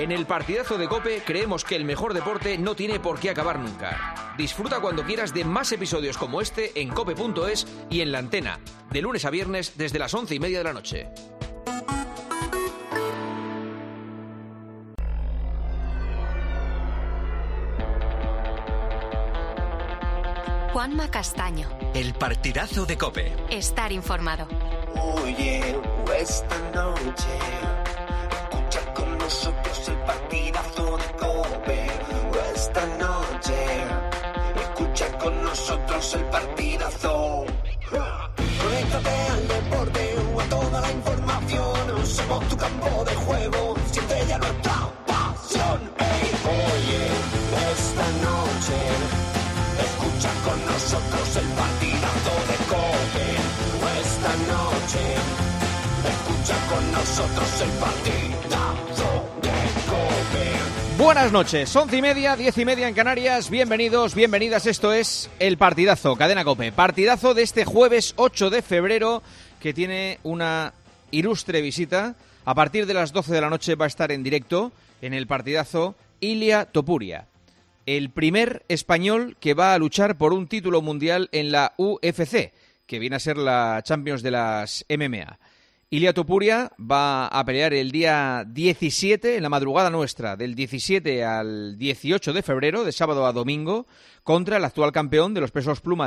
En el partidazo de COPE creemos que el mejor deporte no tiene por qué acabar nunca. Disfruta cuando quieras de más episodios como este en cope.es y en La Antena, de lunes a viernes desde las 11:30 de la noche. Juanma Castaño. El partidazo de COPE. Estar informado. Oye, esta noche escucha con nosotros el partidazo de COPE. Esta noche escucha con nosotros el partidazo. Conéctate al deporte o a toda la información. Somos tu campo de juego, siente ya nuestra pasión. Hey, oye, esta noche escucha con nosotros el partidazo de COPE. Esta noche escucha con nosotros el partidazo de COPE. Buenas noches, 11:30, 10:30 en Canarias. Bienvenidos, bienvenidas. Esto es El Partidazo, Cadena COPE. Partidazo de este jueves 8 de febrero, que tiene una ilustre visita. A partir de las 12 de la noche va a estar en directo en El Partidazo Ilia Topuria, el primer español que va a luchar por un título mundial en la UFC, que viene a ser la Champions de las MMA. Ilia Topuria va a pelear el día 17, en la madrugada nuestra, del 17 al 18 de febrero, de sábado a domingo, contra el actual campeón de los pesos pluma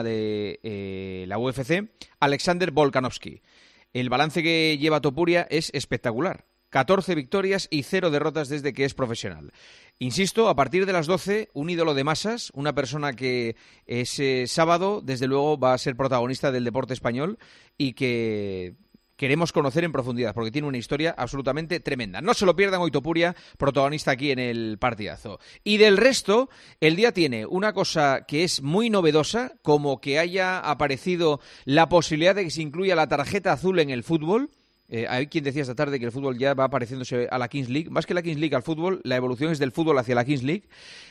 de la UFC, Alexander Volkanovski. El balance que lleva Topuria es espectacular. 14 victorias y 0 derrotas desde que es profesional. Insisto, a partir de las 12, un ídolo de masas, una persona que ese sábado, desde luego, va a ser protagonista del deporte español y que queremos conocer en profundidad, porque tiene una historia absolutamente tremenda. No se lo pierdan hoy, Topuria, protagonista aquí en El Partidazo. Y del resto, el día tiene una cosa que es muy novedosa, como que haya aparecido la posibilidad de que se incluya la tarjeta azul en el fútbol. Hay quien decía esta tarde que el fútbol ya va pareciéndose a la Kings League. Más que la Kings League al fútbol, la evolución es del fútbol hacia la Kings League,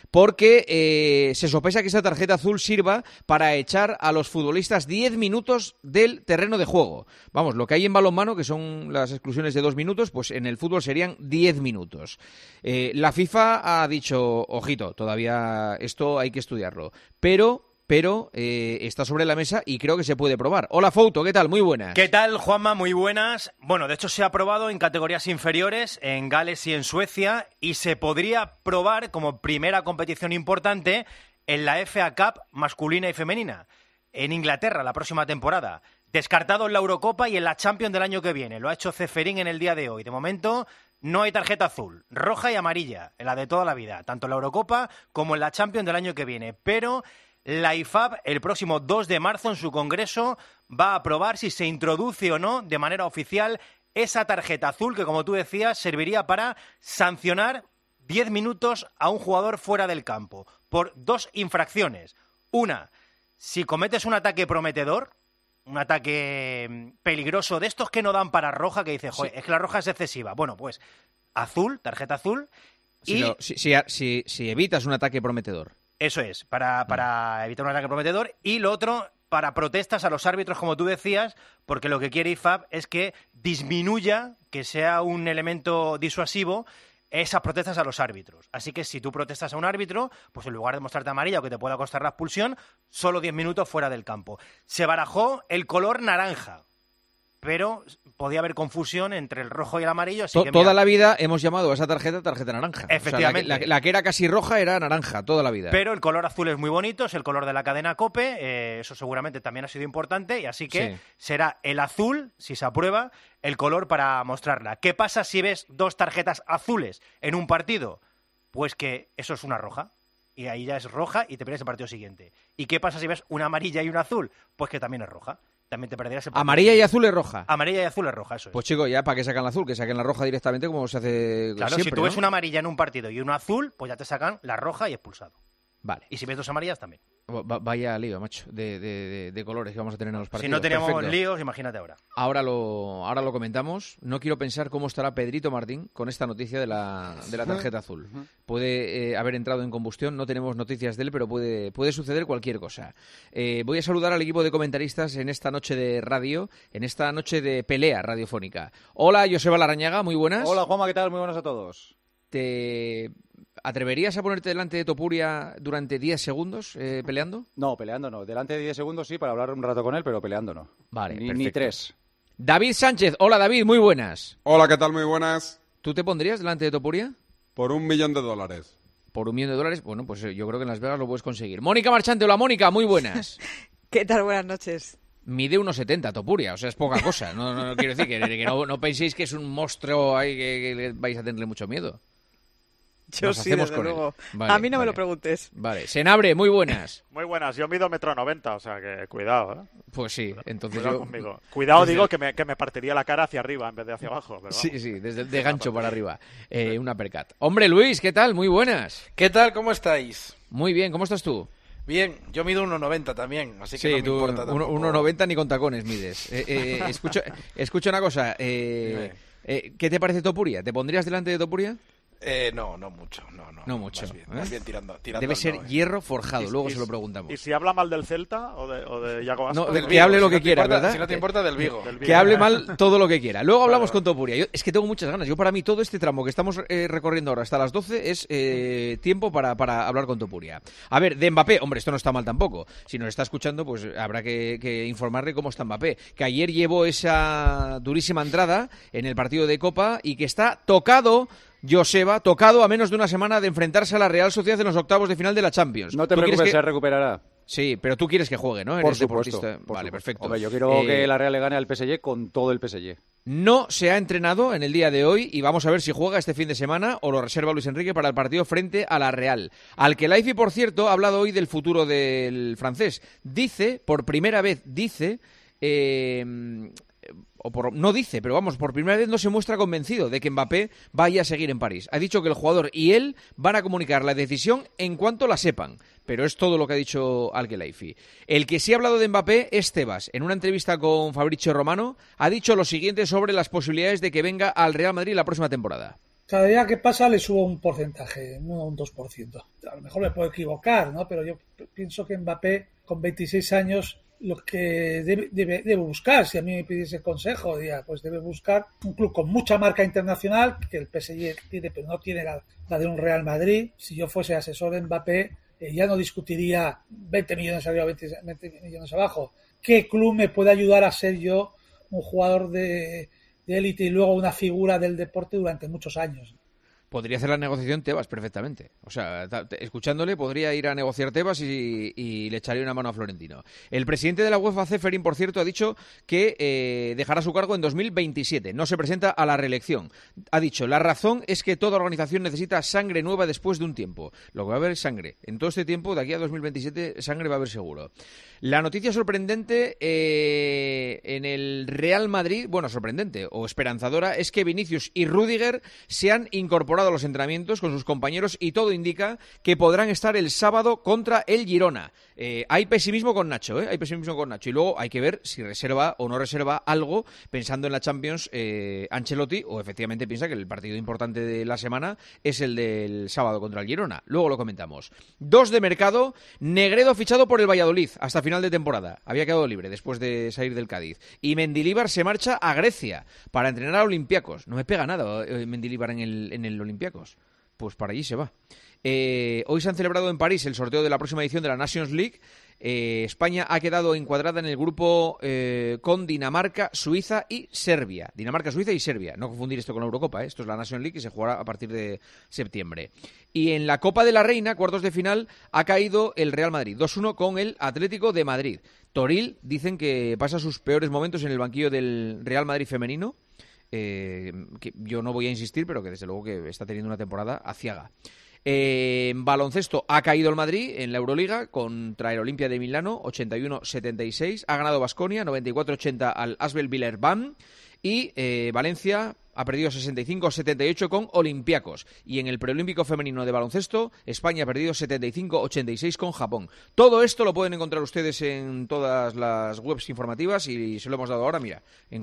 porque se sospecha que esa tarjeta azul sirva para echar a los futbolistas 10 minutos del terreno de juego. Vamos, lo que hay en balonmano, que son las exclusiones de 2 minutos, pues en el fútbol serían 10 minutos. La FIFA ha dicho, ojito, todavía esto hay que estudiarlo, pero está sobre la mesa y creo que se puede probar. Hola, Fouto, ¿qué tal? Muy buenas. ¿Qué tal, Juanma? Muy buenas. Bueno, de hecho se ha probado en categorías inferiores, en Gales y en Suecia, y se podría probar como primera competición importante en la FA Cup masculina y femenina, en Inglaterra, la próxima temporada. Descartado en la Eurocopa y en la Champions del año que viene. Lo ha hecho Ceferín en el día de hoy. De momento no hay tarjeta azul, roja y amarilla, en la de toda la vida, tanto en la Eurocopa como en la Champions del año que viene. Pero la IFAB, el próximo 2 de marzo, en su congreso, va a aprobar si se introduce o no, de manera oficial, esa tarjeta azul que, como tú decías, serviría para sancionar 10 minutos a un jugador fuera del campo por 2 infracciones. Una, si cometes un ataque prometedor, un ataque peligroso, de estos que no dan para roja, que dices, joder, es que la roja es excesiva. Bueno, pues azul, tarjeta azul. Si evitas un ataque prometedor. Eso es, para evitar un ataque prometedor. Y lo otro, para protestas a los árbitros, como tú decías, porque lo que quiere IFAB es que disminuya, que sea un elemento disuasivo, esas protestas a los árbitros. Así que si tú protestas a un árbitro, pues en lugar de mostrarte amarilla o que te pueda costar la expulsión, solo 10 minutos fuera del campo. Se barajó el color naranja, pero podía haber confusión entre el rojo y el amarillo. Así que toda la vida hemos llamado a esa tarjeta naranja. Efectivamente. O sea, la que era casi roja era naranja, toda la vida. Pero el color azul es muy bonito, es el color de la cadena COPE, eso seguramente también ha sido importante, y así que será el azul, si se aprueba, el color para mostrarla. ¿Qué pasa si ves 2 tarjetas azules en un partido? Pues que eso es una roja. Y ahí ya es roja y te pierdes el partido siguiente. ¿Y qué pasa si ves una amarilla y una azul? Pues que también es roja. También te perderás el partido. Amarilla y azul es roja. Amarilla y azul es roja, eso es. Pues chicos, ya para qué sacan la azul, que saquen la roja directamente como se hace claro, siempre. Si tú ves ¿no? una amarilla en un partido y una azul, pues ya te sacan la roja y expulsado. Vale. Y si ves 2 amarillas, también. Vaya lío, macho, de colores que vamos a tener en los partidos. Si no teníamos Perfecto. líos, imagínate ahora. Ahora lo comentamos. No quiero pensar cómo estará Pedrito Martín con esta noticia de la tarjeta azul. Puede haber entrado en combustión, no tenemos noticias de él, pero puede suceder cualquier cosa. Voy a saludar al equipo de comentaristas en esta noche de radio, en esta noche de pelea radiofónica. Hola, Joseba Larrañaga, muy buenas. Hola, Juanma, ¿qué tal? Muy buenas a todos. ¿te atreverías a ponerte delante de Topuria durante 10 segundos peleando? No, peleando no. Delante de 10 segundos sí, para hablar un rato con él, pero peleando no. Vale, ni 3. David Sánchez. Hola, David, muy buenas. Hola, ¿qué tal? Muy buenas. ¿Tú te pondrías delante de Topuria? Por $1 millón. ¿Por $1 millón? Bueno, pues yo creo que en Las Vegas lo puedes conseguir. Mónica Marchante. Hola, Mónica, muy buenas. ¿Qué tal? Buenas noches. Mide 1,70 Topuria, o sea, es poca cosa. No quiero decir que no penséis que es un monstruo ahí que vais a tenerle mucho miedo. Yo sí, desde luego. Vale, a mí no me lo preguntes. Vale, Senabre, muy buenas. Muy buenas, yo mido 1,90 m, o sea que cuidado, ¿eh? Pues sí, entonces cuidado conmigo. Cuidado, digo, que me partiría la cara hacia arriba en vez de hacia abajo. Pero sí, de gancho para arriba. Un uppercut. Hombre, Luis, ¿qué tal? Muy buenas. ¿Qué tal? ¿Cómo estáis? Muy bien, ¿cómo estás tú? Bien, yo mido 1,90 también, así que no me importa tampoco. 1,90 ni con tacones mides. Escucha una cosa. ¿Qué te parece Topuria? ¿Te pondrías delante de Topuria? No mucho. No mucho. Más bien tirando Debe ser hierro forjado, luego se lo preguntamos. ¿Y si habla mal del Celta o de Iago Aspas? No, que hable lo que quiera, ¿verdad? Si no te importa, del Vigo. Que hable mal todo lo que quiera. Luego hablamos con Topuria. Es que tengo muchas ganas. Para mí todo este tramo que estamos recorriendo ahora hasta las 12 es tiempo para hablar con Topuria. A ver, de Mbappé, hombre, esto no está mal tampoco. Si nos está escuchando, pues habrá que informarle cómo está Mbappé. Que ayer llevó esa durísima entrada en el partido de Copa y que está tocado... Joseba, tocado a menos de una semana de enfrentarse a la Real Sociedad en los octavos de final de la Champions. No te preocupes, se recuperará. Sí, pero tú quieres que juegue, ¿no? Por supuesto. Vale, perfecto. Hombre, yo quiero que la Real le gane al PSG con todo el PSG. No se ha entrenado en el día de hoy y vamos a ver si juega este fin de semana o lo reserva Luis Enrique para el partido frente a la Real. Al-Khelaifi, por cierto, ha hablado hoy del futuro del francés. Dice, por primera vez, por primera vez no se muestra convencido de que Mbappé vaya a seguir en París. Ha dicho que el jugador y él van a comunicar la decisión en cuanto la sepan, pero es todo lo que ha dicho Al-Khelaifi. El que sí ha hablado de Mbappé es Tebas. En una entrevista con Fabrizio Romano ha dicho lo siguiente sobre las posibilidades de que venga al Real Madrid la próxima temporada. Cada día que pasa le subo un porcentaje, no un 2%. A lo mejor me puedo equivocar, ¿no? Pero yo pienso que Mbappé, con 26 años... lo que debe buscar, si a mí me pidiese consejo, diría, pues debe buscar un club con mucha marca internacional, que el PSG tiene, pero no tiene la de un Real Madrid. Si yo fuese asesor de Mbappé, ya no discutiría 20 millones arriba, 20 millones abajo. ¿Qué club me puede ayudar a ser yo un jugador de élite y luego una figura del deporte durante muchos años? Podría hacer la negociación Tebas perfectamente. O sea, escuchándole, podría ir a negociar Tebas y le echaría una mano a Florentino. El presidente de la UEFA, Ceferin, por cierto, ha dicho que dejará su cargo en 2027. No se presenta a la reelección. Ha dicho, la razón es que toda organización necesita sangre nueva después de un tiempo. Lo que va a haber es sangre. En todo este tiempo, de aquí a 2027, sangre va a haber seguro. La noticia sorprendente en el Real Madrid, bueno, sorprendente o esperanzadora, es que Vinicius y Rüdiger se han incorporado a los entrenamientos con sus compañeros y todo indica que podrán estar el sábado contra el Girona. Hay pesimismo con Nacho, hay pesimismo con Nacho y luego hay que ver si reserva o no reserva algo pensando en la Champions Ancelotti o efectivamente piensa que el partido importante de la semana es el del sábado contra el Girona. Luego lo comentamos. 2 de mercado, Negredo fichado por el Valladolid hasta final de temporada. Había quedado libre después de salir del Cádiz. Y Mendilibar se marcha a Grecia para entrenar a Olympiacos. No me pega nada Mendilibar en el Olympiacos. Pues para allí se va. Hoy se han celebrado en París el sorteo de la próxima edición de la Nations League. España ha quedado encuadrada en el grupo con Dinamarca, Suiza y Serbia. Dinamarca, Suiza y Serbia. No confundir esto con la Eurocopa, Esto es la Nations League que se jugará a partir de septiembre. Y en la Copa de la Reina, cuartos de final, ha caído el Real Madrid. 2-1 con el Atlético de Madrid. Toril dicen que pasa sus peores momentos en el banquillo del Real Madrid femenino. Que yo no voy a insistir, pero que desde luego que está teniendo una temporada aciaga. En baloncesto ha caído el Madrid en la Euroliga contra el Olimpia de Milano, 81-76. Ha ganado Baskonia, 94-80 al Asvel Villeurbanne. Y Valencia ha perdido 65-78 con Olympiacos. Y en el preolímpico femenino de baloncesto, España ha perdido 75-86 con Japón. Todo esto lo pueden encontrar ustedes en todas las webs informativas y se lo hemos dado ahora, mira,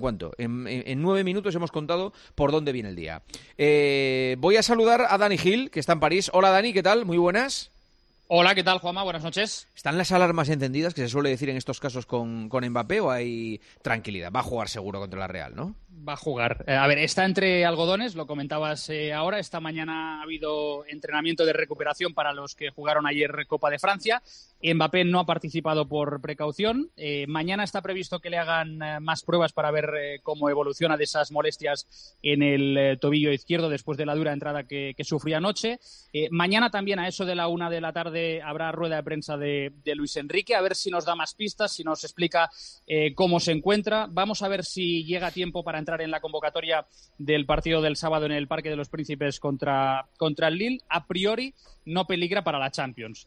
en 9 minutos hemos contado por dónde viene el día. Voy a saludar a Dani Gil, que está en París. Hola Dani, ¿qué tal? Muy buenas. Hola, ¿qué tal, Juanma? Buenas noches. ¿Están las alarmas encendidas, que se suele decir en estos casos con Mbappé, o hay tranquilidad? Va a jugar seguro contra la Real, ¿no? Va a jugar. A ver, está entre algodones, lo comentabas ahora. Esta mañana ha habido entrenamiento de recuperación para los que jugaron ayer Copa de Francia. Mbappé no ha participado por precaución. Mañana está previsto que le hagan más pruebas para ver cómo evoluciona de esas molestias en el tobillo izquierdo después de la dura entrada que sufrió anoche. Mañana también a eso de la 1 de la tarde habrá rueda de prensa de Luis Enrique, a ver si nos da más pistas, si nos explica cómo se encuentra. Vamos a ver si llega a tiempo para entrar en la convocatoria del partido del sábado en el Parque de los Príncipes contra el Lille. A priori no peligra para la Champions.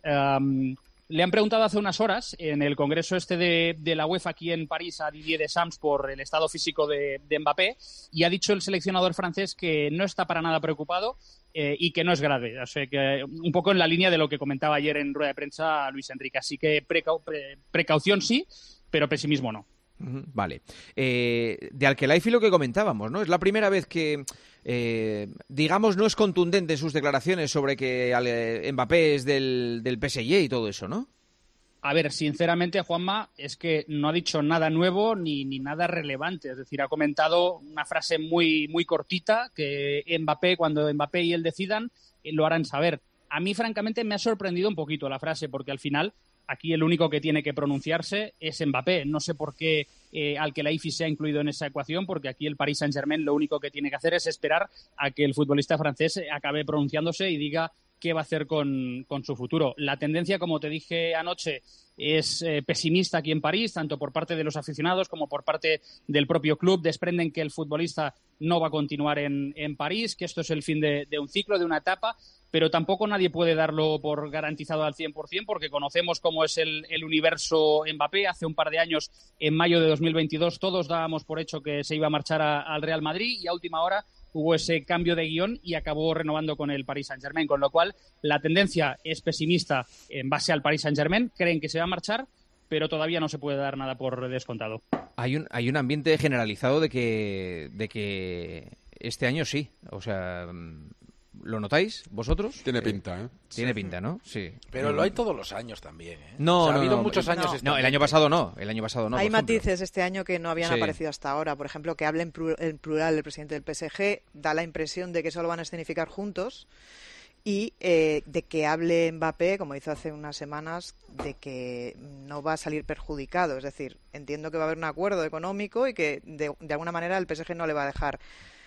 Le han preguntado hace unas horas en el congreso de la UEFA aquí en París a Didier Deschamps por el estado físico de Mbappé, y ha dicho el seleccionador francés que no está para nada preocupado y que no es grave. O sea, que un poco en la línea de lo que comentaba ayer en rueda de prensa Luis Enrique. Así que precaución sí, pero pesimismo no. Vale. De Al-Khelaifi lo que comentábamos, ¿no? Es la primera vez que, digamos, no es contundente en sus declaraciones sobre que Mbappé es del PSG y todo eso, ¿no? A ver, sinceramente, Juanma, es que no ha dicho nada nuevo ni nada relevante. Es decir, ha comentado una frase muy, muy cortita que cuando Mbappé y él decidan, lo harán saber. A mí, francamente, me ha sorprendido un poquito la frase, porque al final aquí el único que tiene que pronunciarse es Mbappé. No sé por qué Al-Khelaifi se ha incluido en esa ecuación, porque aquí el Paris Saint-Germain lo único que tiene que hacer es esperar a que el futbolista francés acabe pronunciándose y diga qué va a hacer con su futuro. La tendencia, como te dije anoche, es pesimista aquí en París, tanto por parte de los aficionados como por parte del propio club. Desprenden que el futbolista no va a continuar en París, que esto es el fin de un ciclo, de una etapa, pero tampoco nadie puede darlo por garantizado al 100%, porque conocemos cómo es el universo Mbappé. Hace un par de años, en mayo de 2022, todos dábamos por hecho que se iba a marchar al Real Madrid, y a última hora hubo ese cambio de guión y acabó renovando con el Paris Saint-Germain, con lo cual la tendencia es pesimista en base al Paris Saint-Germain. Creen que se va a marchar, pero todavía no se puede dar nada por descontado. Hay un ambiente generalizado de que este año sí, o sea, ¿lo notáis vosotros? Tiene pinta, ¿eh? Tiene pinta, ¿no? Sí. Pero lo hay todos los años también, ¿eh? No, o sea, ha habido muchos años. No, el año pasado no. Hay matices este año que no habían aparecido hasta ahora. Por ejemplo, que hable en plural el presidente del PSG da la impresión de que solo van a escenificar juntos, y de que hable Mbappé, como hizo hace unas semanas, de que no va a salir perjudicado. Es decir, entiendo que va a haber un acuerdo económico y que de alguna manera el PSG no le va a dejar,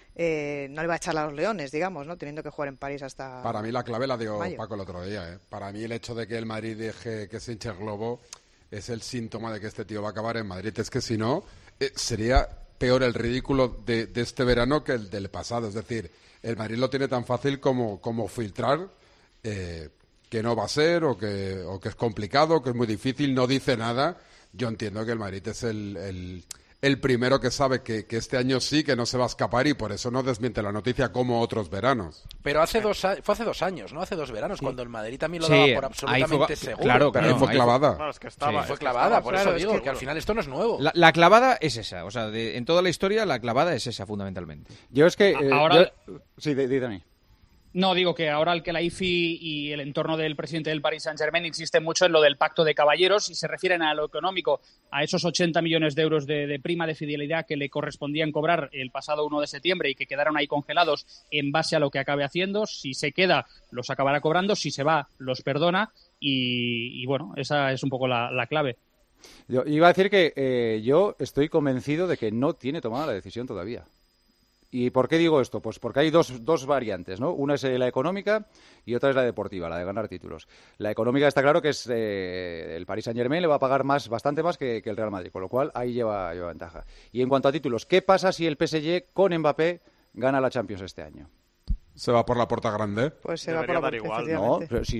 no le va a echar a los leones, digamos, ¿no? Teniendo que jugar en París hasta Para mí la clave la dio mayo. Paco el otro día, ¿eh? Para mí el hecho de que el Madrid deje que se hinche el globo es el síntoma de que este tío va a acabar en Madrid. Es que si no, sería peor el ridículo de este verano que el del pasado. Es decir, el Madrid lo tiene tan fácil como filtrar que no va a ser, o que es complicado, que es muy difícil, no dice nada. Yo entiendo que el Madrid es el primero que sabe que este año sí, que no se va a escapar, y por eso no desmiente la noticia como otros veranos. Pero fue hace 2 años, ¿no? Hace 2 veranos, cuando el Madrid también lo daba por absolutamente seguro. Claro, fue clavada. Claro, es que estaba, fue clavada, por claro, eso digo, es que al final esto no es nuevo. La clavada es esa, o sea, en toda la historia la clavada es esa, fundamentalmente. Yo es que... Ahora... Sí, dígame. No, digo que ahora Al-Khelaifi y el entorno del presidente del Paris Saint-Germain insisten mucho en lo del pacto de caballeros y se refieren a lo económico, a esos 80 millones de euros de prima de fidelidad que le correspondían cobrar el pasado 1 de septiembre y que quedaron ahí congelados en base a lo que acabe haciendo. Si se queda, los acabará cobrando; si se va, los perdona, y bueno, esa es un poco la clave. Yo iba a decir que yo estoy convencido de que no tiene tomada la decisión todavía. ¿Y por qué digo esto? Pues porque hay dos variantes, ¿no? Una es la económica y otra es la deportiva, la de ganar títulos. La económica está claro que es el Paris Saint-Germain le va a pagar bastante más que el Real Madrid, con lo cual ahí lleva ventaja. Y en cuanto a títulos, ¿qué pasa si el PSG con Mbappé gana la Champions este año? ¿Se va por la puerta grande? Pues se va por la puerta, igual. No, pero sí,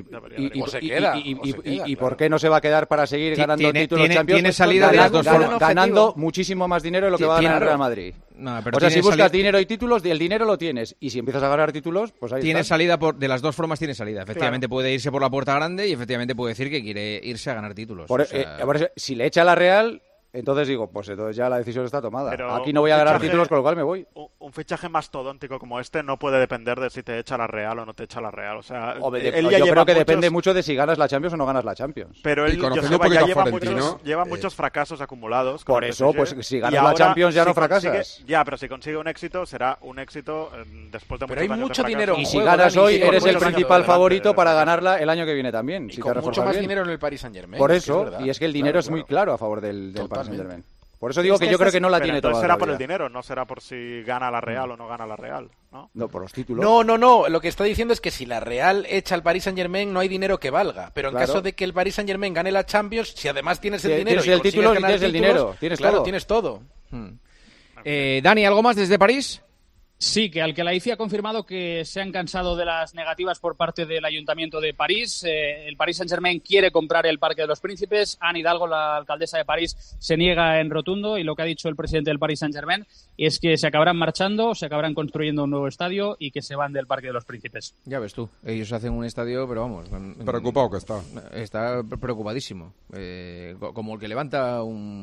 ¿Y por qué no se va a quedar para seguir ganando títulos Champions? Tiene salida de las dos formas. Ganando muchísimo más dinero de lo que va a ganar el Real Madrid. No, pero o sea, si buscas dinero y títulos, el dinero lo tienes. Y si empiezas a ganar títulos, pues ahí tiene estás. salida de las dos formas, tiene salida. Efectivamente puede irse por la puerta grande y efectivamente puede decir que quiere irse a ganar títulos. Por eso, si le echa a la Real, Entonces digo, pues entonces ya la decisión está tomada. Pero aquí no voy a ganar títulos, con lo cual me voy. Un fichaje mastodóntico como este no puede depender de si te echa la Real o no te echa la Real. O sea, yo creo que depende mucho de si ganas la Champions o no ganas la Champions. Pero él lleva muchos fracasos acumulados. Por eso, pues si ganas la Champions ya no fracasas. Pero si consigue un éxito, será un éxito después de muchos años. Pero hay mucho dinero. Y si ganas hoy, eres el principal favorito para ganarla el año que viene también. Y con mucho más dinero en el Paris Saint-Germain. Por eso, y es que el dinero es muy claro a favor del Paris Saint-Germain. Por eso digo que yo creo que no la tiene toda. Será por el dinero, no será por si gana la Real o no gana la Real, ¿no? No, por los títulos. No. Lo que está diciendo es que si la Real echa al Paris Saint-Germain no hay dinero que valga. Pero en caso de que el Paris Saint-Germain gane la Champions, si además tienes el dinero tienes el título y tienes el dinero, tienes todo. Dani, ¿algo más desde París? Sí, que Al-Khelaifi ha confirmado que se han cansado de las negativas por parte del Ayuntamiento de París. El Paris Saint-Germain quiere comprar el Parque de los Príncipes. Anne Hidalgo, la alcaldesa de París, se niega en rotundo, y lo que ha dicho el presidente del Paris Saint-Germain es que se acabarán marchando, se acabarán construyendo un nuevo estadio y que se van del Parque de los Príncipes. Ya ves tú, ellos hacen un estadio, pero vamos... Preocupado que está. Está preocupadísimo. Como el que levanta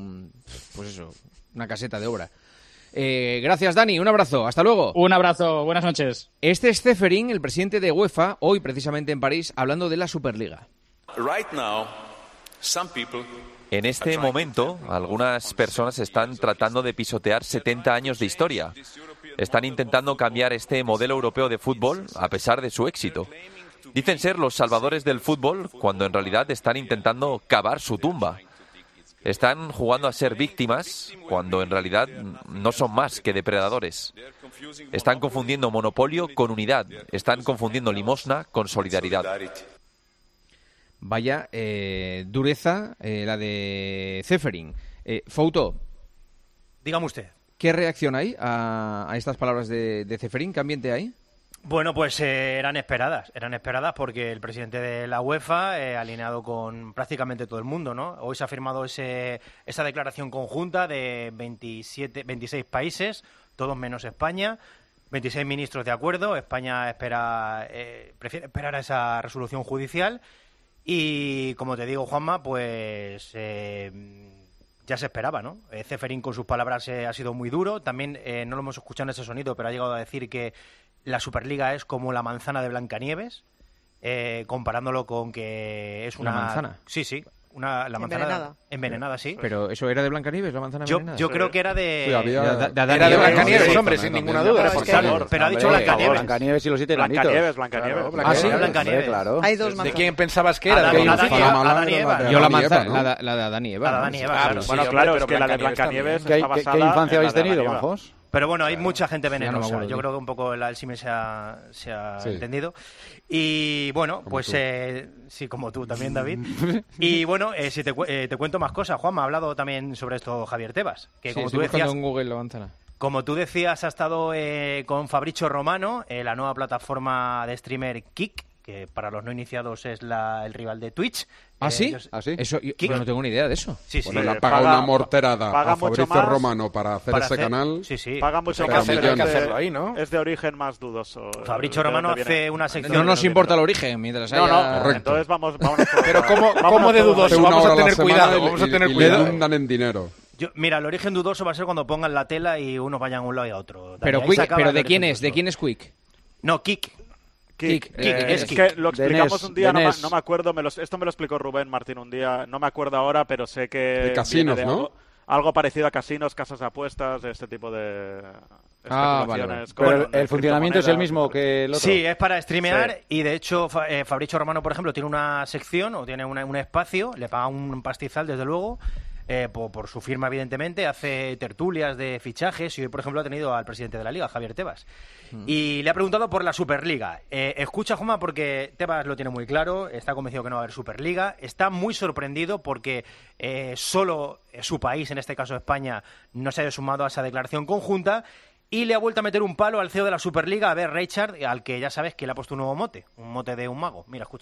una caseta de obra. Gracias, Dani. Un abrazo. Hasta luego. Un abrazo. Buenas noches. Este es Ceferin, el presidente de UEFA, hoy precisamente en París, hablando de la Superliga. En este momento, algunas personas están tratando de pisotear 70 años de historia. Están intentando cambiar este modelo europeo de fútbol a pesar de su éxito. Dicen ser los salvadores del fútbol cuando en realidad están intentando cavar su tumba. Están jugando a ser víctimas cuando en realidad no son más que depredadores. Están confundiendo monopolio con unidad. Están confundiendo limosna con solidaridad. Vaya dureza la de Ceferin. Fouto. Dígame usted. ¿Qué reacción hay a estas palabras de Ceferin? ¿Qué ambiente hay? Bueno, pues eran esperadas porque el presidente de la UEFA alineado con prácticamente todo el mundo, ¿no? Hoy se ha firmado esa declaración conjunta de 26 países, todos menos España, 26 ministros de acuerdo. España prefiere esperar a esa resolución judicial y, como te digo, Juanma, pues ya se esperaba, ¿no? Ceferin con sus palabras ha sido muy duro. También no lo hemos escuchado en ese sonido, pero ha llegado a decir que la Superliga es como la manzana de Blancanieves, comparándolo con que es una... ¿La manzana? Sí, la manzana envenenada, sí. ¿Pero eso era de Blancanieves, la manzana envenenada? Yo creo que era de... Era de Blancanieves, hombre, sin ninguna duda. Pero ha dicho Blancanieves. Blancanieves y los 7 enanitos. Blancanieves. Ah, sí, Blancanieves. Claro. Hay dos manzanas. ¿De quién pensabas que era? Adán y Eva. Yo la manzana, la de Adán y Eva. Adán y Eva, bueno, claro, es que la de Blancanieves está basada... ¿Qué infancia habéis tenido, Manjos? Pero bueno, hay mucha gente venenosa. No yo creo que un poco el símil se ha entendido. Y bueno, como pues sí, como tú también, David. Y bueno, si te cuento más cosas, Juanma, ha hablado también sobre esto Javier Tebas. Que sí, como estoy tú decías, en Google la manzana. Como tú decías, ha estado con Fabrizio Romano, la nueva plataforma de streamer Kick, que para los no iniciados es el rival de Twitch. ¿Ah, sí? Eso, yo no tengo ni idea de eso. Sí, bueno, le paga una morterada a Fabrizio Romano para hacer ese canal. Sí. Paga mucho más, pero hay que hacerlo ahí, ¿no? Es de origen más dudoso. Fabrizio Romano hace una sección... No nos importa el origen, mientras haya... Correcto. Entonces vamos pero ¿cómo de dudoso? Vamos a tener cuidado. Y le inundan en dinero. Mira, el origen dudoso va a ser cuando pongan la tela y unos vayan a un lado y a otro. Pero ¿de quién es? ¿De quién es Quick? No, Kick. Es que lo explicamos un día, no me acuerdo, esto me lo explicó Rubén Martín un día, no me acuerdo ahora, pero sé que... De casinos, ¿no? Algo parecido a casinos, casas de apuestas, de este tipo de especulaciones. Vale. Pero el funcionamiento es el mismo que el otro. Sí, es para streamear y de hecho Fabrizio Romano, por ejemplo, tiene una sección o tiene un espacio, le paga un pastizal desde luego, por su firma evidentemente, hace tertulias de fichajes y hoy por ejemplo ha tenido al presidente de la Liga, Javier Tebas, y le ha preguntado por la Superliga. Escucha, Juanma, porque Tebas lo tiene muy claro, está convencido que no va a haber Superliga, está muy sorprendido porque solo su país, en este caso España, no se haya sumado a esa declaración conjunta. Y le ha vuelto a meter un palo al CEO de la Superliga, a ver, Richard, al que ya sabes que le ha puesto un nuevo mote, un mote de un mago. Mira, escucha.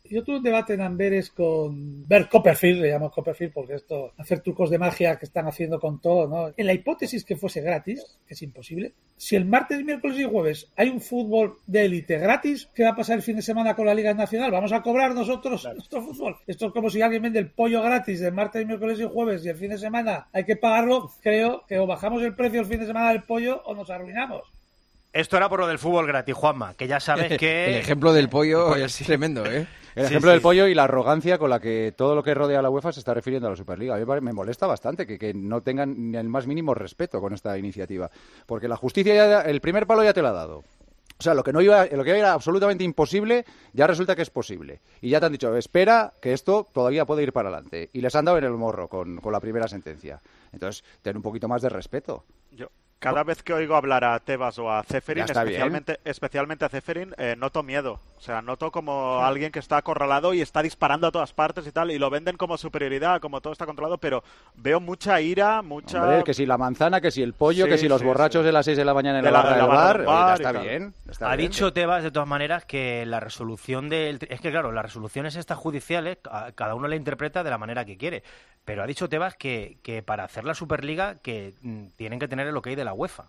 Yo tuve un debate en Amberes con Bert Copperfield, le llamo Copperfield porque esto, hacer trucos de magia que están haciendo con todo, ¿no? En la hipótesis que fuese gratis, que es imposible, si el martes, miércoles y jueves hay un fútbol de élite gratis, ¿qué va a pasar el fin de semana con la Liga Nacional? ¿Vamos a cobrar nosotros nuestro fútbol? Esto es como si alguien vende el pollo gratis de martes, miércoles y jueves y el fin de semana hay que pagarlo. Creo que o bajamos el precio el fin de semana del pollo o nos arruinamos. Esto era por lo del fútbol gratis, Juanma, que ya sabes que... El ejemplo del pollo es tremendo, ¿eh? El ejemplo del pollo y la arrogancia con la que todo lo que rodea a la UEFA se está refiriendo a la Superliga. A mí me molesta bastante que no tengan ni el más mínimo respeto con esta iniciativa. Porque la justicia, ya el primer palo ya te lo ha dado. O sea, lo que era absolutamente imposible, ya resulta que es posible. Y ya te han dicho, espera, que esto todavía puede ir para adelante. Y les han dado en el morro con la primera sentencia. Entonces, ten un poquito más de respeto. Cada vez que oigo hablar a Tebas o a Ceferin, especialmente a Ceferin, noto miedo. O sea, noto como alguien que está acorralado y está disparando a todas partes y tal, y lo venden como superioridad, como todo está controlado, pero veo mucha ira, mucha... Hombre, que si la manzana, que si el pollo, que si los borrachos de las 6 de la mañana en la barra del bar, ya está bien. Ha dicho Tebas, de todas maneras, que la resolución del... Es que, claro, las resoluciones estas judiciales, cada uno la interpreta de la manera que quiere. Pero ha dicho Tebas que para hacer la Superliga que tienen que tener el ok de la UEFA.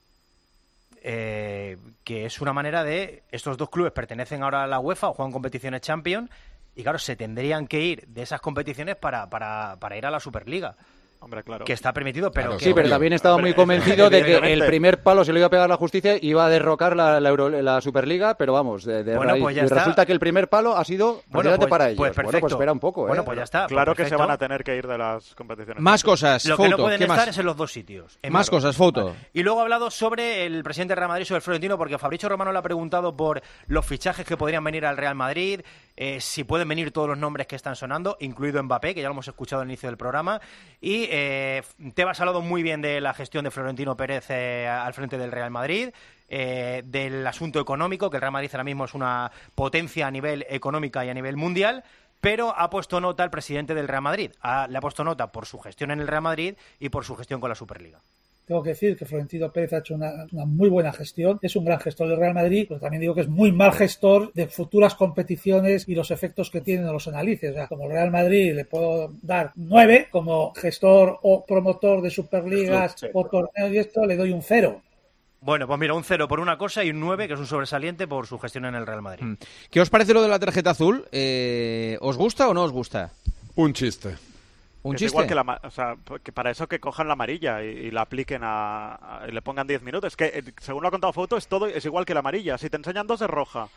Que es una manera de... Estos dos clubes pertenecen ahora a la UEFA o juegan competiciones Champions y, claro, se tendrían que ir de esas competiciones para ir a la Superliga. Hombre, claro. Que está permitido, pero... Claro, sí, pero también estaba muy convencido de que el primer palo se lo iba a pegar la justicia, iba a derrocar la Superliga, pero vamos, raíz. Pues ya y está. Resulta que el primer palo ha sido precisamente para ellos. Pues perfecto. Bueno, pues espera un poco, Bueno, pues ya está. Claro pues que se van a tener que ir de las competiciones. Más cosas, Lo que no pueden estar es en los dos sitios. Más cosas, Fouto. Y luego ha hablado sobre el presidente del Real Madrid, sobre el Florentino, porque Fabrizio Romano le ha preguntado por los fichajes que podrían venir al Real Madrid, si pueden venir todos los nombres que están sonando, incluido Mbappé, que ya lo hemos escuchado al inicio del programa, y Tebas ha hablado muy bien de la gestión de Florentino Pérez al frente del Real Madrid, del asunto económico, que el Real Madrid ahora mismo es una potencia a nivel económica y a nivel mundial, pero ha puesto nota al presidente del Real Madrid. Le ha puesto nota por su gestión en el Real Madrid y por su gestión con la Superliga. Tengo que decir que Florentino Pérez ha hecho una muy buena gestión, es un gran gestor del Real Madrid, pero también digo que es muy mal gestor de futuras competiciones y los efectos que tienen los análisis. O sea, como Real Madrid le puedo dar 9, como gestor o promotor de Superligas o torneos y esto le doy un 0. Bueno, pues mira, un 0 por una cosa y un 9, que es un sobresaliente por su gestión en el Real Madrid. ¿Qué os parece lo de la tarjeta azul? ¿Os gusta o no os gusta? Un chiste. ¿Un es chiste? igual que que para eso que cojan la amarilla y la apliquen y le pongan 10 minutos. Es que, según lo ha contado Fouto, es igual que la amarilla. Si te enseñan 2 es roja.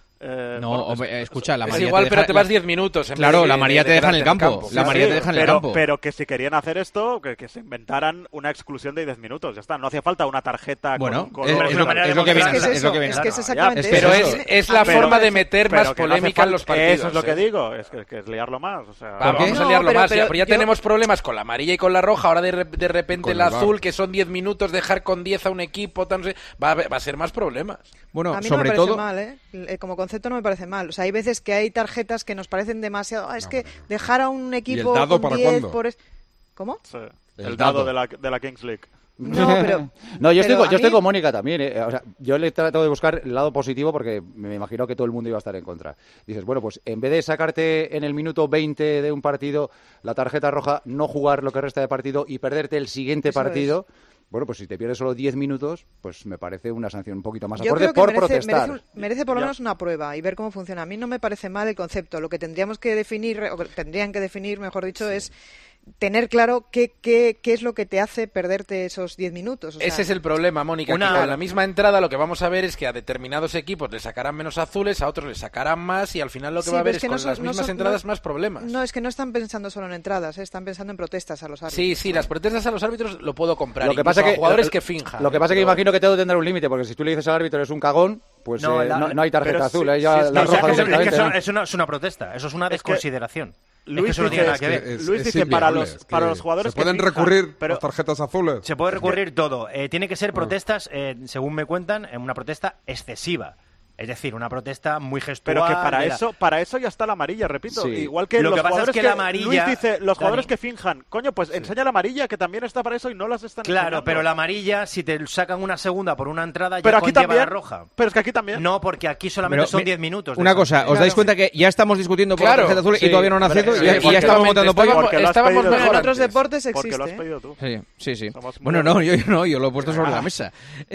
Escucha, la es amarilla igual, pero te vas 10 minutos. Claro, la amarilla te deja en el campo. La amarilla te deja en el campo. Pero que si querían hacer esto, que se inventaran una exclusión de 10 minutos. Ya está, no hacía falta una tarjeta bueno, con es lo que viene. Es que es exactamente pero eso. Es la forma de meter más polémica en los partidos. Eso es lo que digo, es que es liarlo más. O sea, vamos a liarlo más. Pero ya tenemos problemas con la amarilla y con la roja. Ahora de repente el azul, que son 10 minutos, dejar con 10 a un equipo, va a ser más problemas. Bueno, a mí no me parece mal, como concepto no me parece mal. O sea, hay veces que hay tarjetas que nos parecen demasiado... es que dejar a un equipo ¿Y el dado con para 10 cuándo? ¿Cómo? Sí, el dado de la Kings League. No, pero... No, yo estoy con Mónica también. O sea, yo le trato de buscar el lado positivo porque me imagino que todo el mundo iba a estar en contra. Dices, bueno, pues en vez de sacarte en el minuto 20 de un partido la tarjeta roja, no jugar lo que resta de partido y perderte el siguiente partido... Bueno, pues si te pierdes solo 10 minutos, pues me parece una sanción un poquito más acorde por protestar. Merece por lo menos una prueba y ver cómo funciona. A mí no me parece mal el concepto. Lo que tendríamos que definir, o tendrían que definir, mejor dicho, es tener claro qué es lo que te hace perderte esos 10 minutos. O sea, ese es el problema, Mónica. Que con la misma entrada lo que vamos a ver es que a determinados equipos les sacarán menos azules, a otros les sacarán más y al final lo que va a haber es que con las mismas entradas más problemas. No, es que no están pensando solo en entradas, están pensando en protestas a los árbitros. Sí, las protestas a los árbitros lo puedo comprar. Lo que pasa que jugadores que finjan. Lo que pasa es que imagino que todo tendrá un límite, porque si tú le dices al árbitro eres un cagón, pues no hay tarjeta azul. Eso es una protesta, eso es una desconsideración. Luis dice para los jugadores ¿se pueden recurrir las tarjetas azules? Se puede recurrir todo. Tiene que ser protestas, según me cuentan, una protesta excesiva. Es decir, una protesta muy gestual. Pero que para eso ya está la amarilla, repito. Sí. Igual que lo los que pasa jugadores es que la amarilla, Luis dice, los jugadores Dani, que finjan, coño, pues enseña la amarilla, que también está para eso y no las están claro, enseñando. pero la amarilla, si te sacan una segunda por una entrada, pero ya aquí conlleva también, la roja. Pero es que aquí también. No, porque aquí solamente son 10 minutos. Una cosa, ¿os dais cuenta que ya estamos discutiendo por la tarjeta azul y todavía no han nacido? Y ya estamos votando por ello. En otros deportes existe. Porque lo has pedido tú. Sí. Bueno, no, yo lo he puesto sobre la mesa.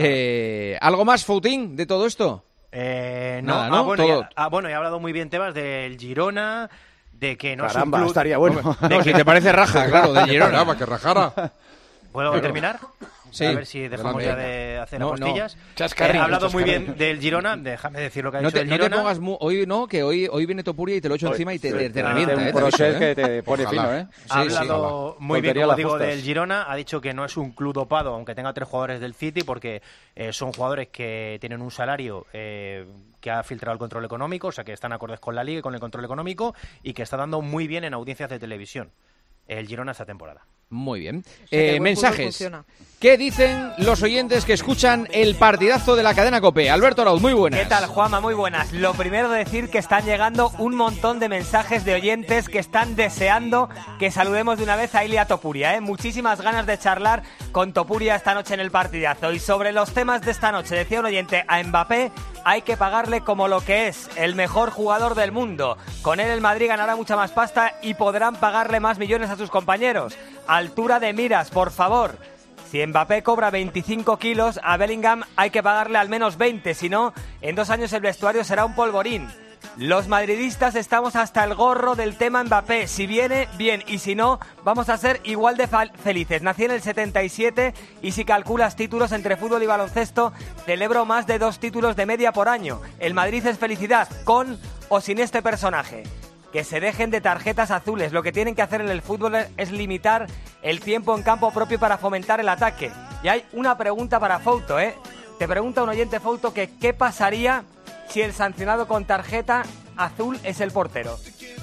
¿Algo más, Foutín, de todo esto? Nada, ¿no? Bueno, he hablado muy bien, Tebas, del Girona, de que no Caramba, es un club... estaría bueno. De que te parece raja, claro, del Girona. Caramba, que rajara. ¿Puedo terminar? Sí. A ver si dejamos ya de hacer apostillas. No. He hablado muy bien del Girona, déjame decir lo que ha dicho el Girona. No te pongas hoy viene Topuria y te lo echo encima y te revienta. Un procés que te pone fino, Ha hablado muy bien, como digo, del Girona. Ha dicho que no es un club dopado, aunque tenga 3 jugadores del City, porque son jugadores que tienen un salario que ha filtrado el control económico, o sea que están acordes con la Liga y con el control económico, y que está dando muy bien en audiencias de televisión el Girona esta temporada. Muy bien. O sea, mensajes. ¿Qué dicen los oyentes que escuchan el partidazo de la cadena COPE? Alberto Arauz, muy buenas. ¿Qué tal, Juanma? Muy buenas. Lo primero, decir que están llegando un montón de mensajes de oyentes que están deseando que saludemos de una vez a Ilia Topuria. Muchísimas ganas de charlar con Topuria esta noche en el partidazo. Y sobre los temas de esta noche, decía un oyente, a Mbappé hay que pagarle como lo que es, el mejor jugador del mundo. Con él el Madrid ganará mucha más pasta y podrán pagarle más millones a sus compañeros. Altura de miras, por favor. Si Mbappé cobra 25 kilos, a Bellingham hay que pagarle al menos 20, si no, en 2 años el vestuario será un polvorín. Los madridistas estamos hasta el gorro del tema Mbappé. Si viene, bien, y si no, vamos a ser igual de felices. Nací en el 77 y si calculas títulos entre fútbol y baloncesto, celebro más de 2 títulos de media por año. El Madrid es felicidad, con o sin este personaje. Que se dejen de tarjetas azules. Lo que tienen que hacer en el fútbol es limitar el tiempo en campo propio para fomentar el ataque. Y hay una pregunta para Fouto, Te pregunta un oyente, Fouto, que ¿qué pasaría si el sancionado con tarjeta azul es el portero?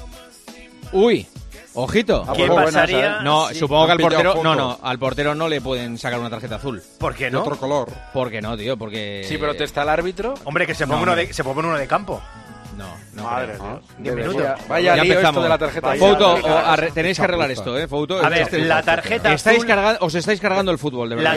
Uy, ojito. ¿Qué pasaría? No, sí, supongo que al portero... No, al portero no le pueden sacar una tarjeta azul. ¿Por qué no? De otro color. ¿Por qué no, tío? Porque... Sí, pero te está el árbitro. Hombre, que se ponga uno de campo. No, madre creo. Dios. 10 minutos. Vaya ya lío empezamos. Esto de la tarjeta. Fouto, tenéis que arreglar esto, Fouto. A ver, la tarjeta azul... Os estáis cargando el fútbol, de verdad.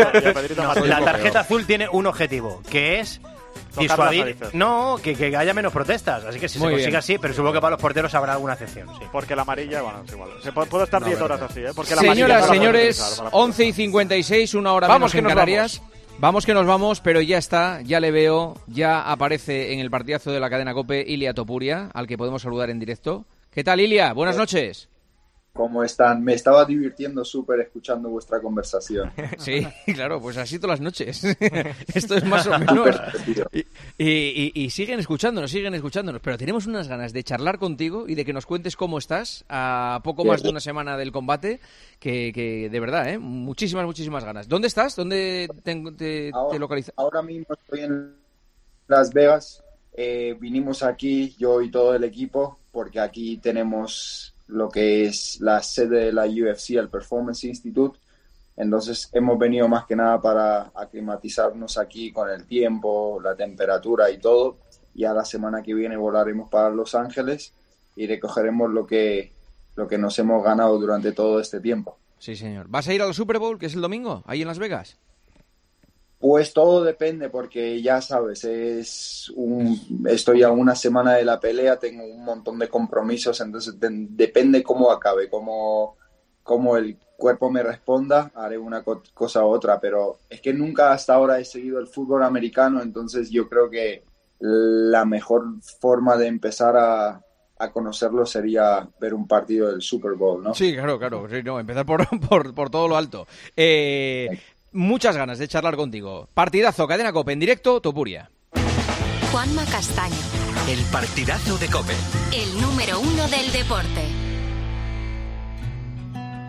La tarjeta azul tiene un objetivo, que es disuadir, que haya menos protestas. Así que si se consigue así, pero supongo que para los porteros habrá alguna excepción. Sí. Porque la amarilla, bueno, es igual. Puedo estar 10 horas así, Porque la señoras, señores, 11:56, 1 hora menos en Canarias. Vamos que nos vamos, pero ya está, ya le veo, ya aparece en el partidazo de la cadena COPE Ilia Topuria, al que podemos saludar en directo. ¿Qué tal, Ilia? Buenas noches. ¿Cómo están? Me estaba divirtiendo súper escuchando vuestra conversación. Sí, claro, pues así todas las noches. Esto es más o menos. Y siguen escuchándonos, pero tenemos unas ganas de charlar contigo y de que nos cuentes cómo estás a poco más de una semana del combate, que de verdad, muchísimas ganas. ¿Dónde estás? ¿Dónde te localizas? Ahora mismo estoy en Las Vegas. Vinimos aquí, yo y todo el equipo, porque aquí tenemos lo que es la sede de la UFC, el Performance Institute. Entonces hemos venido más que nada para aclimatizarnos aquí con el tiempo, la temperatura y todo. Y a la semana que viene volaremos para Los Ángeles y recogeremos lo que nos hemos ganado durante todo este tiempo. Sí, señor. ¿Vas a ir al Super Bowl, que es el domingo, ahí en Las Vegas? Pues todo depende, porque ya sabes, estoy a una semana de la pelea, tengo un montón de compromisos, entonces depende cómo acabe, cómo el cuerpo me responda, haré una cosa u otra, pero es que nunca hasta ahora he seguido el fútbol americano, entonces yo creo que la mejor forma de empezar a conocerlo sería ver un partido del Super Bowl, ¿no? Sí, claro, sí, no, empezar por todo lo alto. Muchas ganas de charlar contigo. Partidazo, cadena COPE en directo, Topuria. Juanma Castaño. El partidazo de COPE. El número 1 del deporte.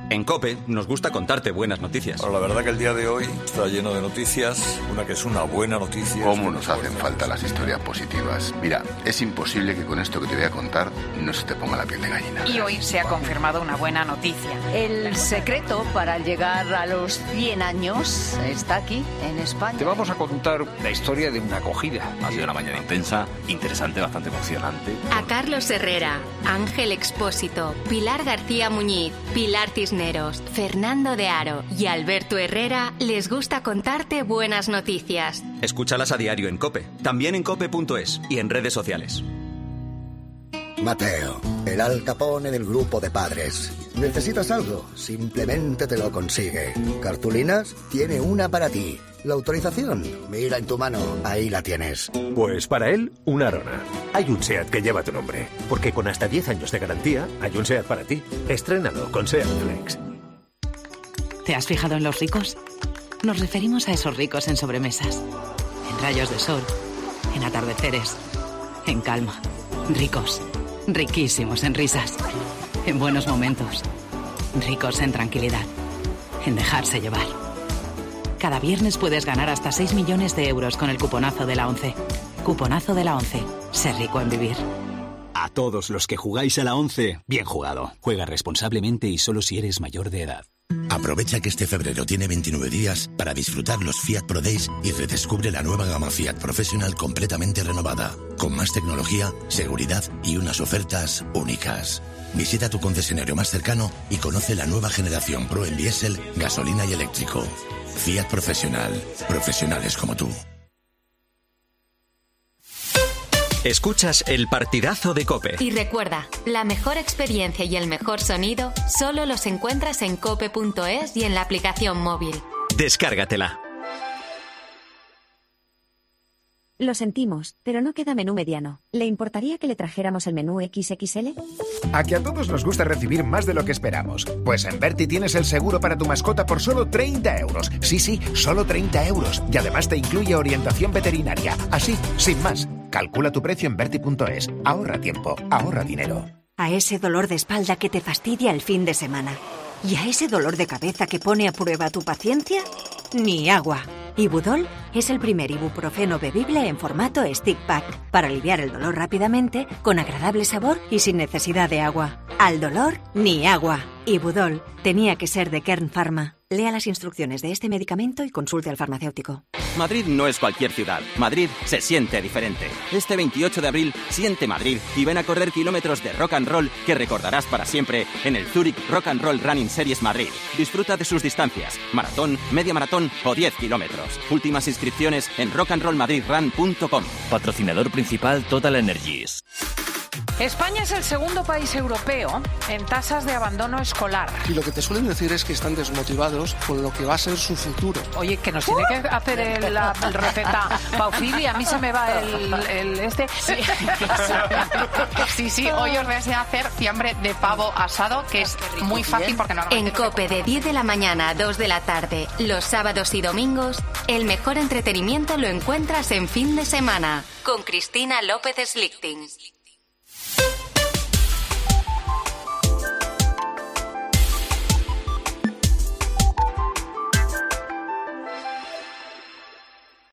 En COPE nos gusta contarte buenas noticias. Pero la verdad que el día de hoy está lleno de noticias, una que es una buena noticia. ¿Cómo nos hacen falta las historias positivas? Mira, es imposible que con esto que te voy a contar no se te ponga la piel de gallina. Y hoy se ha confirmado una buena noticia. El secreto para llegar a los 100 años está aquí, en España. Te vamos a contar la historia de una acogida. Ha sido una mañana intensa, interesante, bastante emocionante. A Carlos Herrera, Ángel Expósito, Pilar García Muñiz, Pilar Cisneros, Fernando de Aro y Alberto Herrera les gusta contarte buenas noticias. Escúchalas a diario en COPE, también en cope.es y en redes sociales. Mateo, el Al Capone del grupo de padres. ¿Necesitas algo? Simplemente te lo consigue. ¿Cartulinas? Tiene una para ti. ¿La autorización? Mira en tu mano, ahí la tienes. Pues para él, una Arona. Hay un SEAT que lleva tu nombre, porque con hasta 10 años de garantía, hay un SEAT para ti. Estrénalo con SEAT Flex. ¿Te has fijado en los ricos? Nos referimos a esos ricos en sobremesas, en rayos de sol, en atardeceres, en calma. Ricos, riquísimos en risas, en buenos momentos, ricos en tranquilidad, en dejarse llevar. Cada viernes puedes ganar hasta 6 millones de euros con el cuponazo de la ONCE. Cuponazo de la ONCE. Ser rico en vivir. A todos los que jugáis a la ONCE, bien jugado. Juega responsablemente y solo si eres mayor de edad. Aprovecha que este febrero tiene 29 días para disfrutar los Fiat Pro Days y redescubre la nueva gama Fiat Professional completamente renovada, con más tecnología, seguridad y unas ofertas únicas. Visita tu concesionario más cercano y conoce la nueva generación Pro en diésel, gasolina y eléctrico. Fiat Professional. Profesionales como tú. Escuchas el partidazo de COPE. Y recuerda, la mejor experiencia y el mejor sonido solo los encuentras en cope.es y en la aplicación móvil. Descárgatela. Lo sentimos, pero no queda menú mediano. ¿Le importaría que le trajéramos el menú XXL? A que a todos nos gusta recibir más de lo que esperamos. Pues en Berti tienes el seguro para tu mascota por solo 30 euros. Sí, solo 30 euros. Y además te incluye orientación veterinaria. Así, sin más. Calcula tu precio en Berti.es. Ahorra tiempo, ahorra dinero. A ese dolor de espalda que te fastidia el fin de semana. ¿Y a ese dolor de cabeza que pone a prueba tu paciencia? Ni agua. Ibudol es el primer ibuprofeno bebible en formato stick pack para aliviar el dolor rápidamente, con agradable sabor y sin necesidad de agua. Al dolor, ni agua. Ibudol tenía que ser de Kern Pharma. Lea las instrucciones de este medicamento y consulte al farmacéutico. Madrid no es cualquier ciudad. Madrid se siente diferente. Este 28 de abril, siente Madrid y ven a correr kilómetros de rock and roll que recordarás para siempre en el Zurich Rock and Roll Running Series Madrid. Disfruta de sus distancias, maratón, media maratón o 10 kilómetros. Últimas inscripciones en rockandrollmadridrun.com. Patrocinador principal Total Energies. España es el segundo país europeo en tasas de abandono escolar. Y lo que te suelen decir es que están desmotivados con lo que va a ser su futuro. Oye, que nos tiene que hacer la receta Paufili, a mí se me va el este. Sí, hoy os deseo hacer fiambre de pavo asado, que es muy fácil porque normalmente... En COPE de 10 de la mañana a 2 de la tarde, los sábados y domingos, el mejor entretenimiento lo encuentras en Fin de Semana, con Cristina López Slichting.